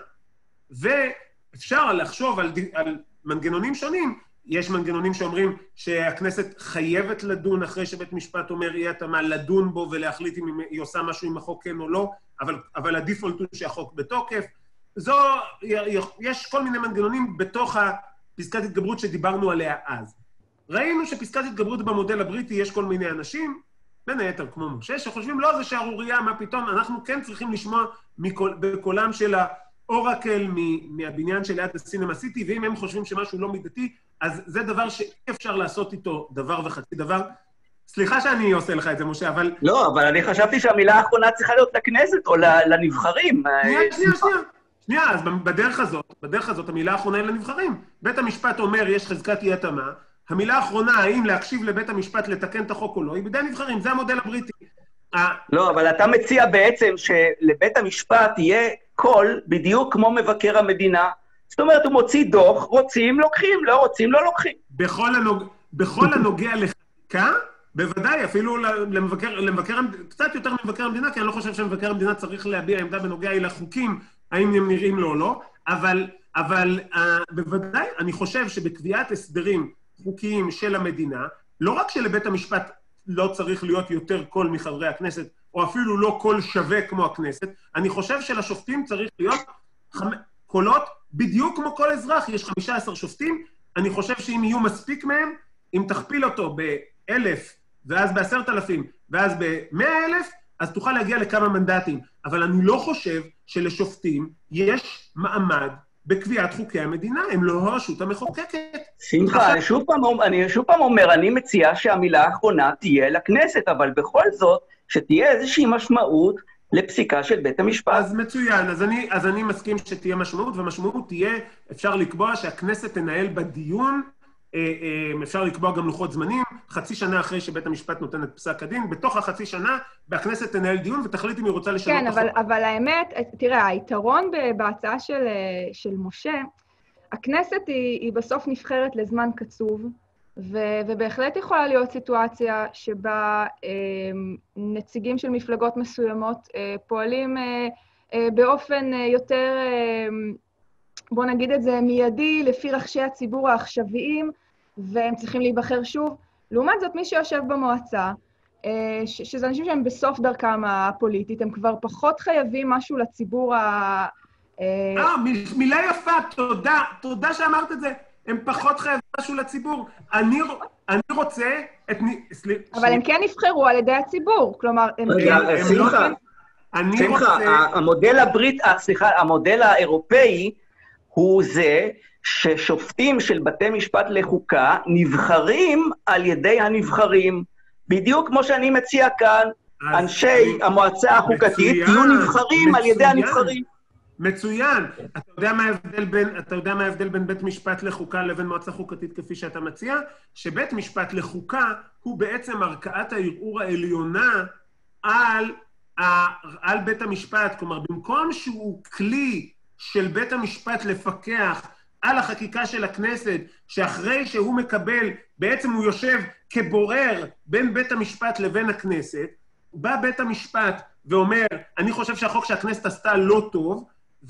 ואפשר לחשוב על מנגנונים שונים, יש מנגנונים שאומרים שהכנסת חייבת לדון אחרי שבית משפט אומר אי-התאמה, לדון בו ולהחליט אם היא עושה משהו עם החוק כן או לא, אבל הדיפולט הוא שהחוק בתוקף, יש כל מיני מנגנונים בתוך פסקת התגברות שדיברנו עליה אז. ראינו שפסקת התגברות במודל הבריטי יש כל מיני אנשים, בין היתר כמו משה, שחושבים לא, זה שערוריה, מה פתאום, אנחנו כן צריכים לשמוע בקולם של האורקל מהבניין של ליד הסינמה סיטי, ואם הם חושבים שמשהו לא מידתי, אז זה דבר שאי אפשר לעשות איתו דבר וחצי דבר. סליחה שאני עושה לך את זה, משה, אבל... לא, אבל אני חשבתי שהמילה האחרונה צריכה להיות לכנסת או לנבחרים. שנייה, אז בדרך הזאת המילה האחרונה היא לנבחרים. בית המשפט אומר, יש חזקת אי התאמה, המילה האחרונה, האם להקשיב לבית המשפט לתקן את החוק או לא, היא בידי הנבחרים, זה המודל הבריטי. לא, אבל אתה מציע בעצם שלבית המשפט יהיה קול בדיוק כמו מבקר המדינה. זאת אומרת, הוא מוציא דוח, רוצים, לוקחים, לא רוצים, לא לוקחים. בכל הנוגע לחקיקה, בוודאי, אפילו קצת יותר מבקר המדינה, כי אני לא חושב שמבקר המדינה צריך להביע עמדה בנוגע אל החוקים, האם הם נראים לו או לא, אבל בוודאי, אני חושב שבקביעת הסדרים חוקיים של המדינה, לא רק שלבית המשפט לא צריך להיות יותר קול מחברי הכנסת, או אפילו לא קול שווה כמו הכנסת, אני חושב שלשופטים צריך להיות קולות בדיוק כמו כל אזרח, יש 15 שופטים, אני חושב שאם יהיו מספיק מהם, אם תכפיל אותו ב1,000, ואז ב10,000, ואז ב100,000, אז תוכל להגיע לכמה מנדטים. אבל אני לא חושב שלשופטים יש מעמד בקביעת חוקי המדינה, הם לא הרשות המחוקקת. שמחה, אני שוב פעם אומר, אני מציע שהמילה האחרונה תהיה לכנסת, אבל בכל זאת, שתהיה איזושהי משמעות לפסיקה של בית המשפט. אז מצוין, אז אני מסכים שתהיה משמעות, ומשמעות תהיה, אפשר לקבוע שהכנסת תנהל בדיון, אפשר לקבוע גם לוחות זמנים, חצי שנה אחרי שבית המשפט נותן את פסק הדין, בתוך החצי שנה, בהכנסת תנהל דיון, ותחליט אם היא רוצה לשנות את החוק. כן, אבל האמת, תראה, היתרון בהצעה של משה, הכנסת היא בסוף נבחרת לזמן קצוב, ובהחלט יכולה להיות סיטואציה שבה נציגים של מפלגות מסוימות פועלים באופן יותר, בוא נגיד את זה, מיידי, לפי רחשי הציבור העכשוויים, והם צריכים להיבחר שוב. לעומת זאת, מי שיושב במועצה, שזה אנשים שהם בסוף דרכם הפוליטית, הם כבר פחות חייבים משהו לציבור מילה יפה, תודה שאמרת את זה. הם פחות חייבים משהו לציבור. אני רוצה את... אבל הם כן נבחרו על ידי הציבור, כלומר, הם שמחה, המודל האירופאי הוא זה ששופטים של בתי משפט לחוקה נבחרים על ידי הנבחרים. בדיוק כמו שאני מציע כאן, אנשי המועצה החוקתית יהיו נבחרים על ידי הנבחרים. מצוין. אתה יודע מה ההבדל בין בית משפט לחוקה לבין מועצה חוקתית כפי שאתה מציע? שבית משפט לחוקה הוא בעצם ערכאת הערעור העליונה על בית המשפט. כלומר, במקום שהוא כלי של בית המשפט לפקח על החקיקה של הכנסת, שאחרי שהוא מקבל, בעצם הוא יושב כבורר בין בית המשפט לבין הכנסת, בא בית המשפט ואומר, אני חושב שהחוק שהכנסת עשתה לא טוב,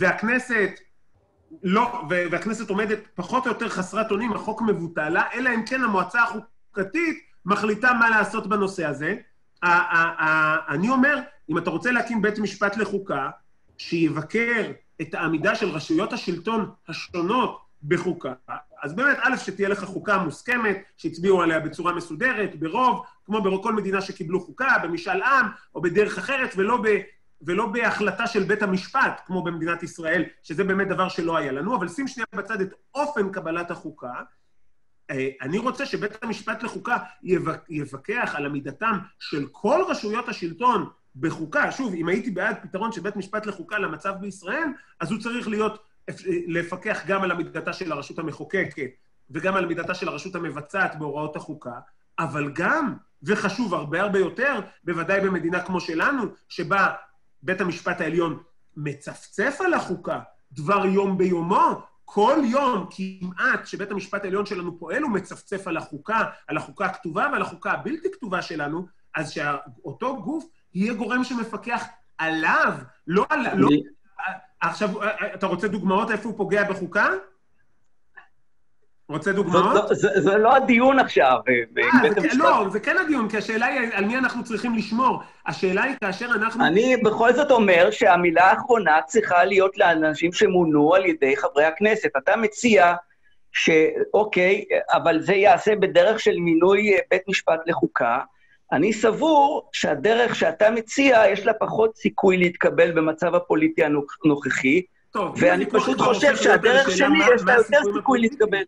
והכנסת עומדת פחות או יותר חסרת אונים, החוק מבוטל לה, אלא אם כן המועצה החוקתית מחליטה מה לעשות בנושא הזה. אני אומר, אם אתה רוצה להקים בית משפט לחוקה, שיבקר את העמידה של רשויות השלטון השונות בחוקה, אז באמת, א', שתהיה לך חוקה מוסכמת, שהצביעו עליה בצורה מסודרת, ברוב, כמו בכל מדינה שקיבלו חוקה, במשאל עם, או בדרך אחרת, ולא בהחלטה של בית המשפט, כמו במדינת ישראל, שזה באמת דבר שלא היה לנו, אבל שים שנייה בצד את אופן קבלת החוקה. אני רוצה שבית המשפט לחוקה יבקח על עמידתם של כל רשויות השלטון בחוקה. שוב, אם הייתי בעד פתרון של בית משפט לחוקה למצב בישראל, אז הוא צריך לפקח גם על עמידתה של הרשות המחוקקת, וגם על עמידתה של הרשות המבצעת בהוראות החוקה, אבל גם, וחשוב הרבה הרבה יותר, בוודאי במדינה כמו שלנו, שבה בית המשפט העליון מצפצף על החוקה, דבר יום ביומו, כל יום כמעט שבית המשפט העליון שלנו פועל, הוא מצפצף על החוקה הכתובה ועל החוקה הבלתי כתובה שלנו, אז שאותו גוף יהיה גורם שמפקח עליו, לא על... עכשיו, אתה רוצה דוגמאות איפה הוא פוגע בחוקה? רוצה דוגמאות? זה לא הדיון עכשיו. לא, זה כן הדיון, כי השאלה היא על מי אנחנו צריכים לשמור. השאלה היא כאשר אנחנו... אני בכל זאת אומר שהמילה האחרונה צריכה להיות לאנשים שמונו על ידי חברי הכנסת. אתה מציע שאוקיי, אבל זה יעשה בדרך של מינוי בית משפט לחוקה. אני סבור שהדרך שאתה מציע, יש לה פחות סיכוי להתקבל במצב הפוליטי הנוכחי, ואני פשוט חושב שהדרך שלי יש לה יותר סיכוי להתקבל.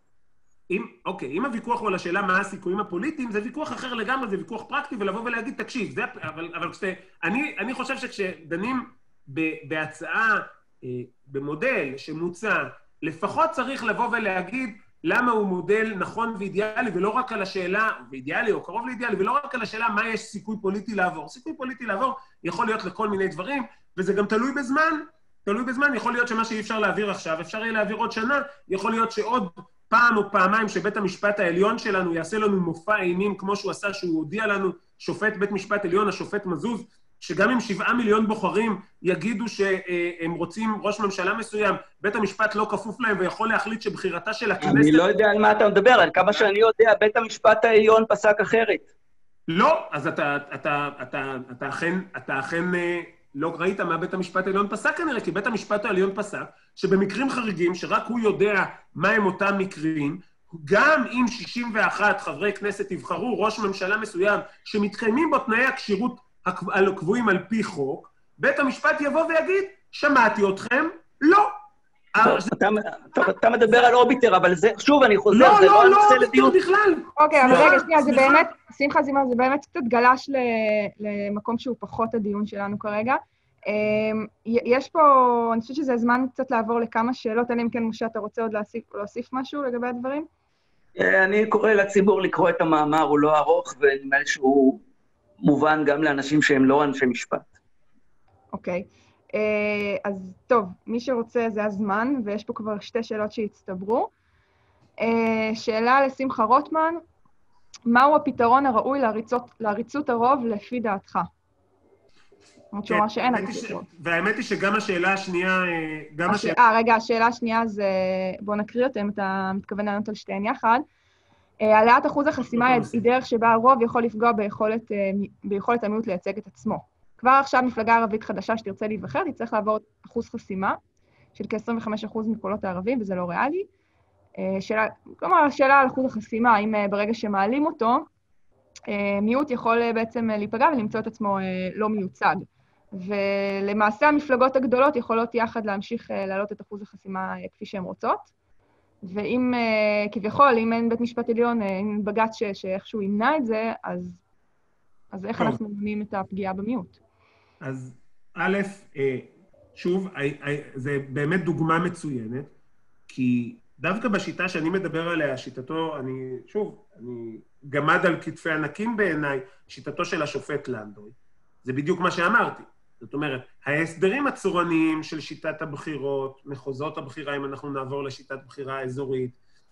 אוקיי, אם הוויכוח הוא על השאלה מה הסיכויים הפוליטיים, זה ויכוח אחר לגמרי, זה ויכוח פרקטי, ולבוא ולהגיד, תקשיב, אבל אני חושב שכשדנים בהצעה, במודל שמוצע, לפחות צריך לבוא ולהגיד למה הוא מודל נכון ואידיאלי, ולא רק על השאלה, ואידיאלי או קרוב לאידיאלי, ולא רק על השאלה מה יש סיכוי פוליטי לעבור. סיכוי פוליטי לעבור יכול להיות לכל מיני דברים, וזה גם תלוי בזמן, יכול להיות שמה שאי אפשר להעביר עכשיו, אפשר יהיה להעביר עוד שנה, יכול להיות שעוד פעם או פעמיים שבית המשפט העליון שלנו יעשה לנו מופע אימים, כמו שהוא עשה, שהוא הודיע לנו, שופט בית משפט עליון, השופט מזוז, שגם אם 7 מיליון בוחרים יגידו שהם רוצים ראש ממשלה מסוים, בית המשפט לא כפוף להם ויכול להחליט שבחירתה של הכנסת... אני לא יודע על מה אתה מדבר, על כמה שאני יודע, בית המשפט העליון פסק אחרת. לא, אז אתה אכן לא ראית מה בית המשפט העליון פסק כנראה, כי בית המשפט העליון פסק שבמקרים חריגים, שרק הוא יודע מה הם אותם מקרים, גם אם 61 חברי כנסת יבחרו ראש ממשלה מסוים שמתקיימים בו תנאי הכשירות הקבועים על פי חוק, בית המשפט יבוא ויגיד, שמעתי אתכם, לא. אתה מדבר על אורביטר, אבל זה, שוב, אני חוזר, זה לא הנושא לדיון בכלל. אוקיי, אבל רגע, שנייה, זה באמת, שמחה זימר, זה באמת קצת גלש למקום שהוא פחות הדיון שלנו כרגע. יש פה, אני חושבת שזה הזמן קצת לעבור לכמה שאלות, אני אם כן, משה, אתה רוצה עוד להוסיף משהו לגבי הדברים? אני קורא לציבור לקרוא את המאמר, הוא לא ארוך, ונדמה לי שהוא מובן גם לאנשים שהם לא אנשי משפט. אוקיי. אז טוב, מי שרוצה זה הזמן, ויש פה כבר 2 שאלות שהצטברו. שאלה לשמחה רוטמן, מהו הפתרון הראוי לעריצות הרוב לפי דעתך? זאת אומרת שאין עריצות רוב. והאמת היא שגם השאלה השנייה, רגע, השאלה השנייה זה, בואו נקריא אותם, אתה מתכוון לענות על שתיהן יחד. העלאת אחוז החסימה היא דרך שבה הרוב יכול לפגוע ביכולת המיעוט לייצג את עצמו. כבר עכשיו מפלגה ערבית חדשה שתרצה להיבחר, היא צריך לעבור אחוז חסימה של כ-25% מקולות הערבים, וזה לא ריאלי. כלומר, השאלה על אחוז החסימה, האם ברגע שמעלים אותו, מיעוט יכול בעצם להיפגע ולמצוא את עצמו לא מיוצג. ולמעשה המפלגות הגדולות יכולות יחד להמשיך להעלות את אחוז החסימה כפי שהן רוצות. ואם כביכול, אם אין בית משפט עליון, אם בג"ץ שאיכשהו ימנע את זה, אז איך אנחנו מונעים את הפגיעה במיעוט? אז א', שוב, זה באמת דוגמה מצוינת, כי דווקא בשיטה שאני מדבר עליה, שיטתו, אני גמד על כתפי ענקים בעיניי, שיטתו של השופט לנדוי. זה בדיוק מה שאמרתי. זאת אומרת, ההסדרים הצורניים של שיטת הבחירות, מחוזות הבחירה, אם אנחנו נעבור לשיטת בחירה האזורית,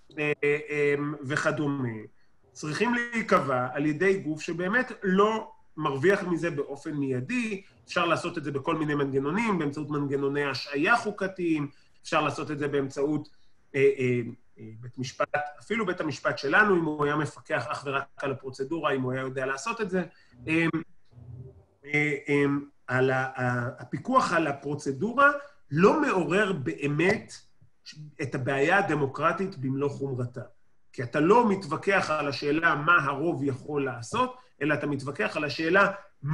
וכדומה, צריכים להיקבע על ידי גוף שבאמת לא מרוויח מזה באופן מיידי, אפשר לעשות את זה בכל מיני מנגנונים, באמצעות מנגנוני השעיה חוקתיים, אפשר לעשות את זה באמצעות בית משפט, אפילו בית המשפט שלנו, אם הוא היה מפקח אך ורק על הפרוצדורה, אם הוא היה יודע לעשות את זה. הפיקוח על הפרוצדורה לא מעורר באמת את הבעיה הדמוקרטית במלוא חומרתה. כי אתה לא מתווכח על השאלה מה הרוב יכול לעשות, אלא אתה מתווכח על השאלה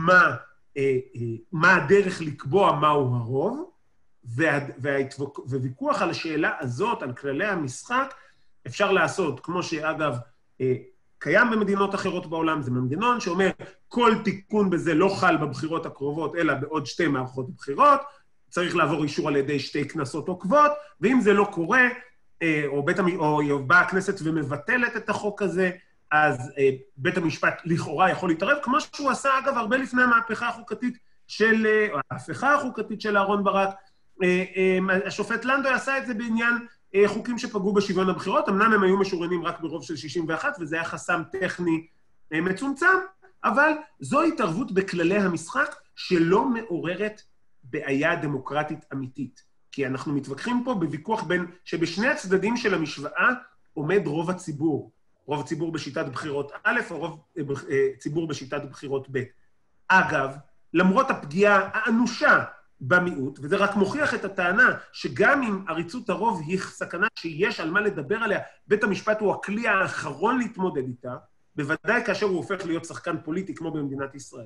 מה הדרך לקבוע מהו הרוב, וויכוח על השאלה הזאת, על כללי המשחק, אפשר לעשות, כמו שאגב קיים במדינות אחרות בעולם, זה מנגנון שאומר, כל תיקון בזה לא חל בבחירות הקרובות, אלא בעוד 2 מערכות בחירות, צריך לעבור אישור על ידי 2 כנסות עוקבות, ואם זה לא קורה, או באה הכנסת ומבטלת את החוק הזה, אז בית המשפט לכאורה יכול להתערב, כמו שהוא עשה, אגב, הרבה לפני המהפכה החוקתית ההפיכה החוקתית של אהרן ברק. השופט לנדוי עשה את זה בעניין חוקים שפגעו בשוויון הבחירות, אמנם הם היו משוריינים רק ברוב של 61, וזה היה חסם טכני מצומצם, אבל זו התערבות בכללי המשחק שלא מעוררת בעיה דמוקרטית אמיתית. כי אנחנו מתווכחים פה בוויכוח בין שבשני הצדדים של המשוואה עומד רוב הציבור. רוב הציבור בשיטת בחירות א', או רוב ציבור בשיטת בחירות ב'. אגב, למרות הפגיעה האנושה במיעוט, וזה רק מוכיח את הטענה שגם אם עריצות הרוב היא סכנה שיש על מה לדבר עליה, בית המשפט הוא הכלי האחרון להתמודד איתה, בוודאי כאשר הוא הופך להיות שחקן פוליטי כמו במדינת ישראל.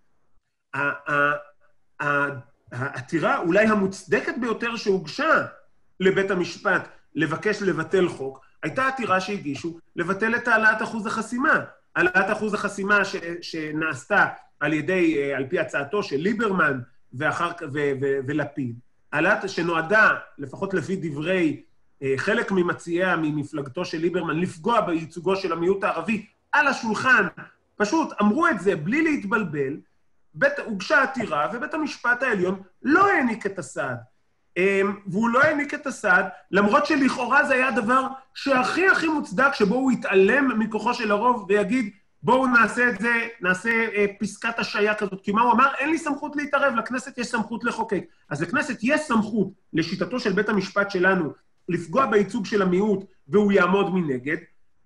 העתירה אולי המוצדקת ביותר שהוגשה לבית המשפט לבקש לבטל חוק, הייתה עתירה שהגישו לבטל את העלאת אחוז החסימה. העלאת אחוז החסימה שנעשתה על פי הצעתו של ליברמן ולפיד, העלאת שנועדה, לפחות לפי דברי חלק ממציעיה ממפלגתו של ליברמן, לפגוע בייצוגו של המיעוט הערבי על השולחן, פשוט אמרו את זה בלי להתבלבל, הוגשה עתירה ובית המשפט העליון לא העניק את הסעד. והוא לא העניק את הסעד, למרות שלכאורה זה היה הדבר שהכי הכי מוצדק, שבו הוא יתעלם מכוחו של הרוב ויגיד, בואו נעשה את זה, נעשה פסקת השעיה כזאת, כי מה הוא אמר? אין לי סמכות להתערב, לכנסת יש סמכות לחוקק. אז לכנסת יש סמכות, לשיטתו של בית המשפט שלנו, לפגוע בייצוג של המיעוט, והוא יעמוד מנגד,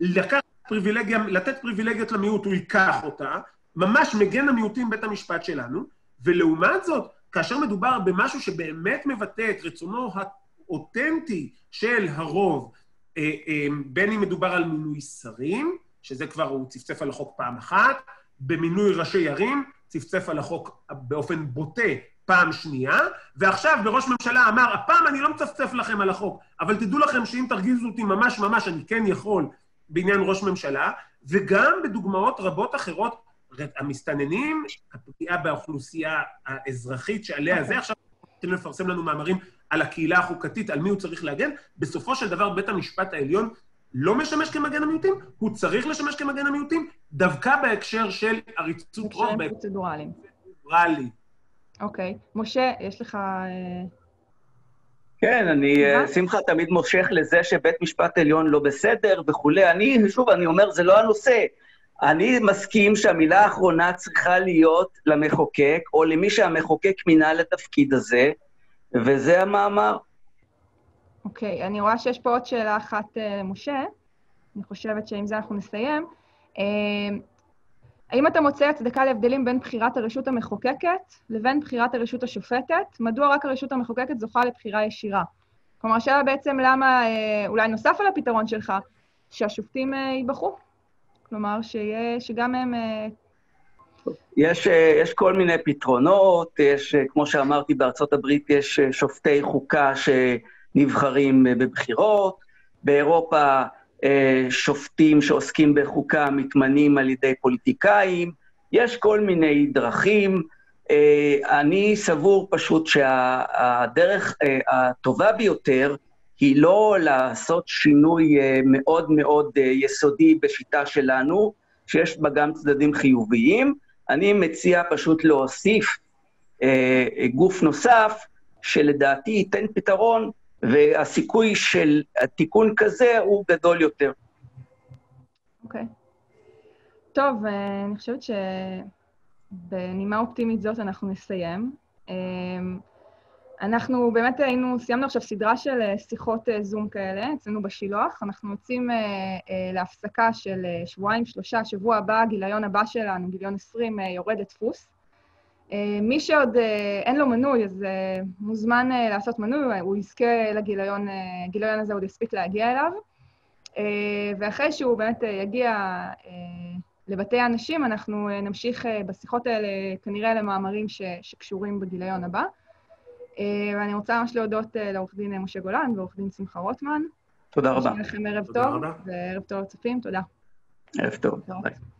לתת פריבילגיות למיעוט, הוא ייקח אותה, ממש מגן המיעוטים בית המשפט שלנו, ולעומת זאת, כאשר מדובר במשהו שבאמת מבטא את רצונו האותנטי של הרוב, בין אם מדובר על מינוי שרים, שזה כבר הוא צפצף על החוק פעם אחת, במינוי ראשי ערים, צפצף על החוק באופן בוטה פעם שנייה, ועכשיו בראש ממשלה אמר, הפעם אני לא מצפצף לכם על החוק, אבל תדעו לכם שאם תרגיזו אותי ממש ממש, אני כן יכול בעניין ראש ממשלה, וגם בדוגמאות רבות אחרות, המסתננים, הפגיעה באוכלוסייה האזרחית שעליה זה, עכשיו צריכים לפרסם לנו מאמרים על הקהילה החוקתית, על מי הוא צריך להגן, בסופו של דבר בית המשפט העליון לא משמש כמגן המיעוטים, הוא צריך לשמש כמגן המיעוטים, דווקא בהקשר של עריצות רוב. בהקשרים פרוצדורליים. אוקיי. משה, יש לך... כן, שמחה תמיד מושך לזה שבית משפט עליון לא בסדר וכולי. אני אומר, זה לא הנושא. אני מסכים שהמילה האחרונה צריכה להיות למחוקק, או למי שהמחוקק מינה לתפקיד הזה, וזה המאמר. אוקיי, אני רואה שיש פה עוד שאלה אחת למשה, אני חושבת שעם זה אנחנו נסיים. האם אתה מוצא הצדקה להבדלים בין בחירת הרשות המחוקקת לבין בחירת הרשות השופטת? מדוע רק הרשות המחוקקת זוכה לבחירה ישירה? כלומר, שאלה בעצם למה, אולי נוסף על הפתרון שלך, שהשופטים ייבחרו? כלומר, שגם הם... יש כל מיני פתרונות, כמו שאמרתי, בארצות הברית יש שופטי חוקה שנבחרים בבחירות, באירופה שופטים שעוסקים בחוקה מתמנים על ידי פוליטיקאים, יש כל מיני דרכים. אני סבור פשוט שהדרך הטובה ביותר היא לא לעשות שינוי מאוד מאוד יסודי בשיטה שלנו, שיש בה גם צדדים חיוביים. אני מציע פשוט להוסיף גוף נוסף, שלדעתי ייתן פתרון, והסיכוי של התיקון כזה הוא גדול יותר. אוקיי. טוב, אני חושבת שבנימה אופטימית זאת אנחנו נסיים. אנחנו באמת סיימנו עכשיו סדרה של שיחות זום כאלה, אצלנו בשילוח. אנחנו יוצאים להפסקה של שבועיים-שלושה, שבוע הבא, גיליון הבא שלנו, גיליון 20, יורד לדפוס. מי שעוד אין לו מנוי, אז מוזמן לעשות מנוי, הוא יזכה לגיליון, גיליון הזה עוד יספיק להגיע אליו. ואחרי שהוא באמת יגיע לבתי האנשים, אנחנו נמשיך בשיחות האלה כנראה למאמרים שקשורים בגיליון הבא. ואני רוצה ממש להודות לעורך דין משה גולן ועורך דין שמחה רוטמן. תודה רבה. שיהיה לכם ערב טוב, וערב טוב לצופים, תודה. ערב טוב. ביי.